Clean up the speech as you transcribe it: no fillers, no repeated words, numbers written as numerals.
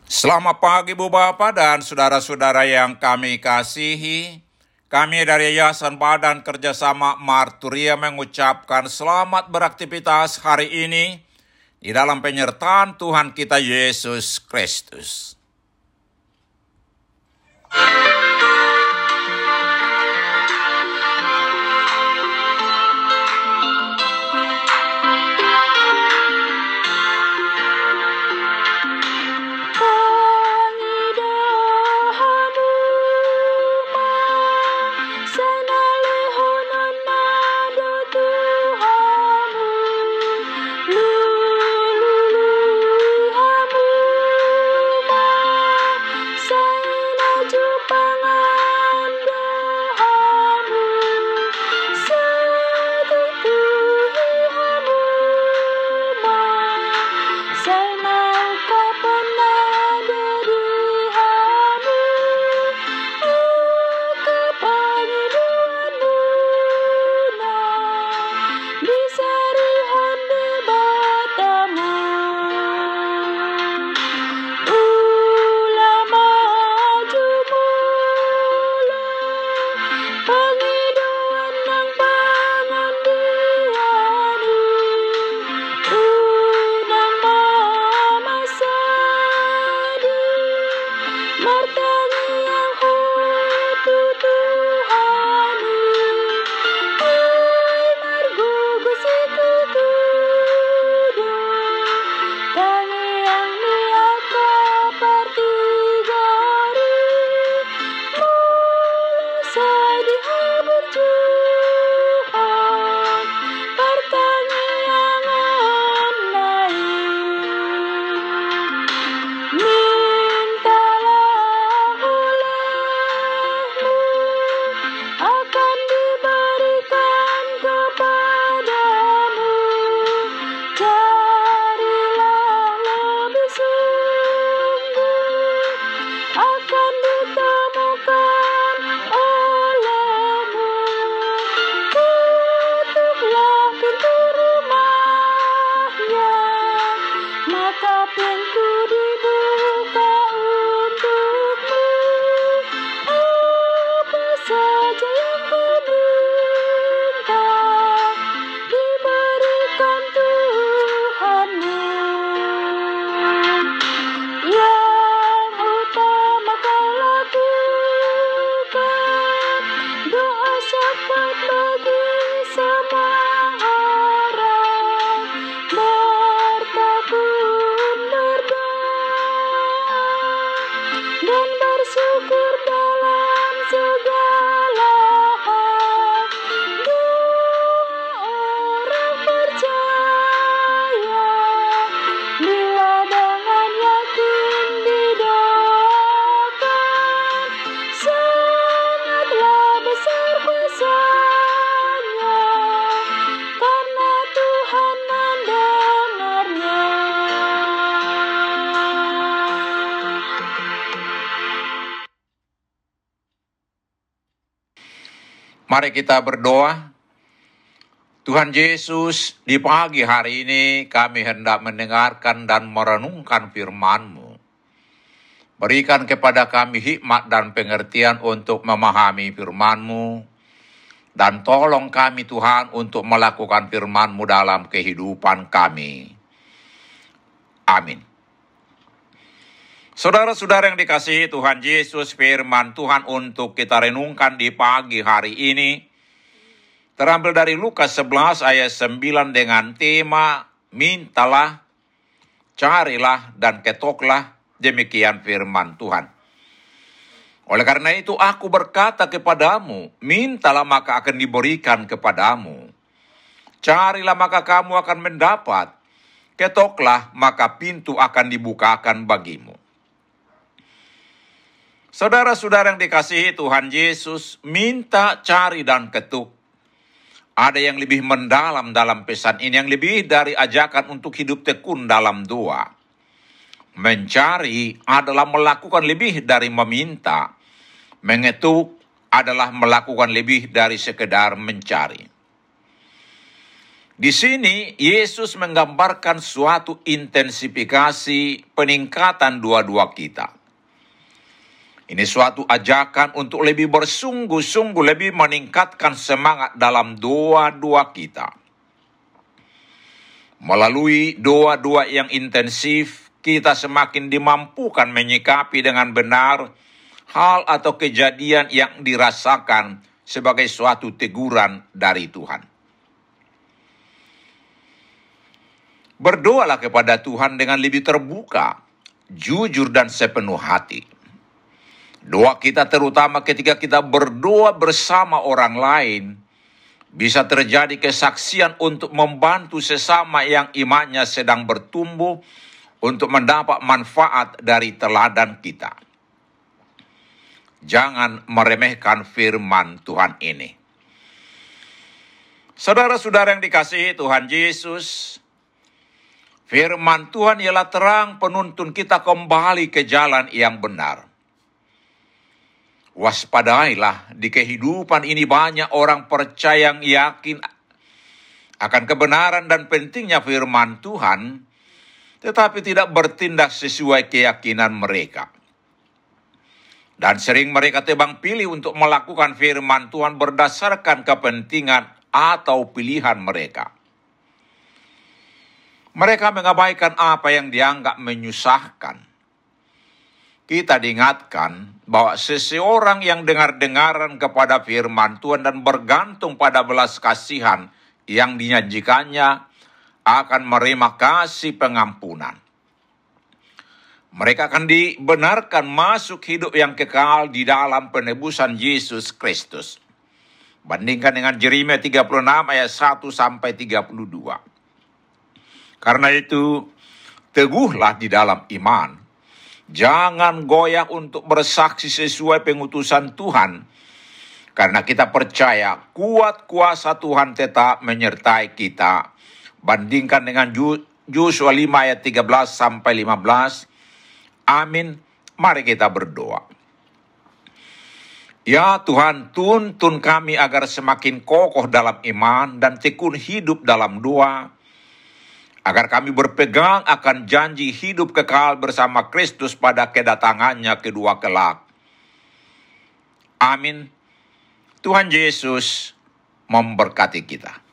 Selamat pagi Bu Bapak dan saudara-saudara yang kami kasihi. Kami dari Yayasan Badan Kerjasama Marturia mengucapkan selamat beraktivitas hari ini di dalam penyertaan Tuhan kita Yesus Kristus. Mari kita berdoa. Tuhan Yesus, di pagi hari ini kami hendak mendengarkan dan merenungkan firman-Mu. Berikan kepada kami hikmat dan pengertian untuk memahami firman-Mu. Dan tolong kami Tuhan untuk melakukan firman-Mu dalam kehidupan kami. Amin. Saudara-saudara yang dikasihi Tuhan Yesus, firman Tuhan untuk kita renungkan di pagi hari ini terambil dari Lukas 11 ayat 9 dengan tema mintalah, carilah, dan ketoklah, demikian firman Tuhan. Oleh karena itu aku berkata kepadamu, mintalah maka akan diberikan kepadamu. Carilah maka kamu akan mendapat, ketoklah maka pintu akan dibukakan bagimu. Saudara-saudara yang dikasihi Tuhan Yesus, minta, cari, dan ketuk. Ada yang lebih mendalam dalam pesan ini, yang lebih dari ajakan untuk hidup tekun dalam doa. Mencari adalah melakukan lebih dari meminta. Mengetuk adalah melakukan lebih dari sekedar mencari. Di sini Yesus menggambarkan suatu intensifikasi peningkatan doa-doa kita. Ini suatu ajakan untuk lebih bersungguh-sungguh, lebih meningkatkan semangat dalam doa-doa kita. Melalui doa-doa yang intensif, kita semakin dimampukan menyikapi dengan benar hal atau kejadian yang dirasakan sebagai suatu teguran dari Tuhan. Berdoalah kepada Tuhan dengan lebih terbuka, jujur dan sepenuh hati. Doa kita terutama ketika kita berdoa bersama orang lain, bisa terjadi kesaksian untuk membantu sesama yang imannya sedang bertumbuh untuk mendapat manfaat dari teladan kita. Jangan meremehkan firman Tuhan ini. Saudara-saudara yang dikasihi Tuhan Yesus, firman Tuhan ialah terang penuntun kita kembali ke jalan yang benar. Waspadailah, di kehidupan ini banyak orang percaya yang yakin akan kebenaran dan pentingnya firman Tuhan, tetapi tidak bertindak sesuai keyakinan mereka. Dan sering mereka tebang pilih untuk melakukan firman Tuhan berdasarkan kepentingan atau pilihan mereka. Mereka mengabaikan apa yang dianggap menyusahkan. Kita diingatkan bahwa seseorang yang dengar-dengaran kepada firman Tuhan dan bergantung pada belas kasihan yang dinyajikannya akan menerima kasih pengampunan. Mereka akan dibenarkan masuk hidup yang kekal di dalam penebusan Yesus Kristus. Bandingkan dengan Yeremia 36 ayat 1 sampai 32. Karena itu, teguhlah di dalam iman. Jangan goyah untuk bersaksi sesuai pengutusan Tuhan. Karena kita percaya kuat kuasa Tuhan tetap menyertai kita. Bandingkan dengan Yosua 5 ayat 13 sampai 15. Amin. Mari kita berdoa. Ya Tuhan, tuntun kami agar semakin kokoh dalam iman dan tekun hidup dalam doa, agar kami berpegang akan janji hidup kekal bersama Kristus pada kedatangannya kedua kelak. Amin. Tuhan Yesus memberkati kita.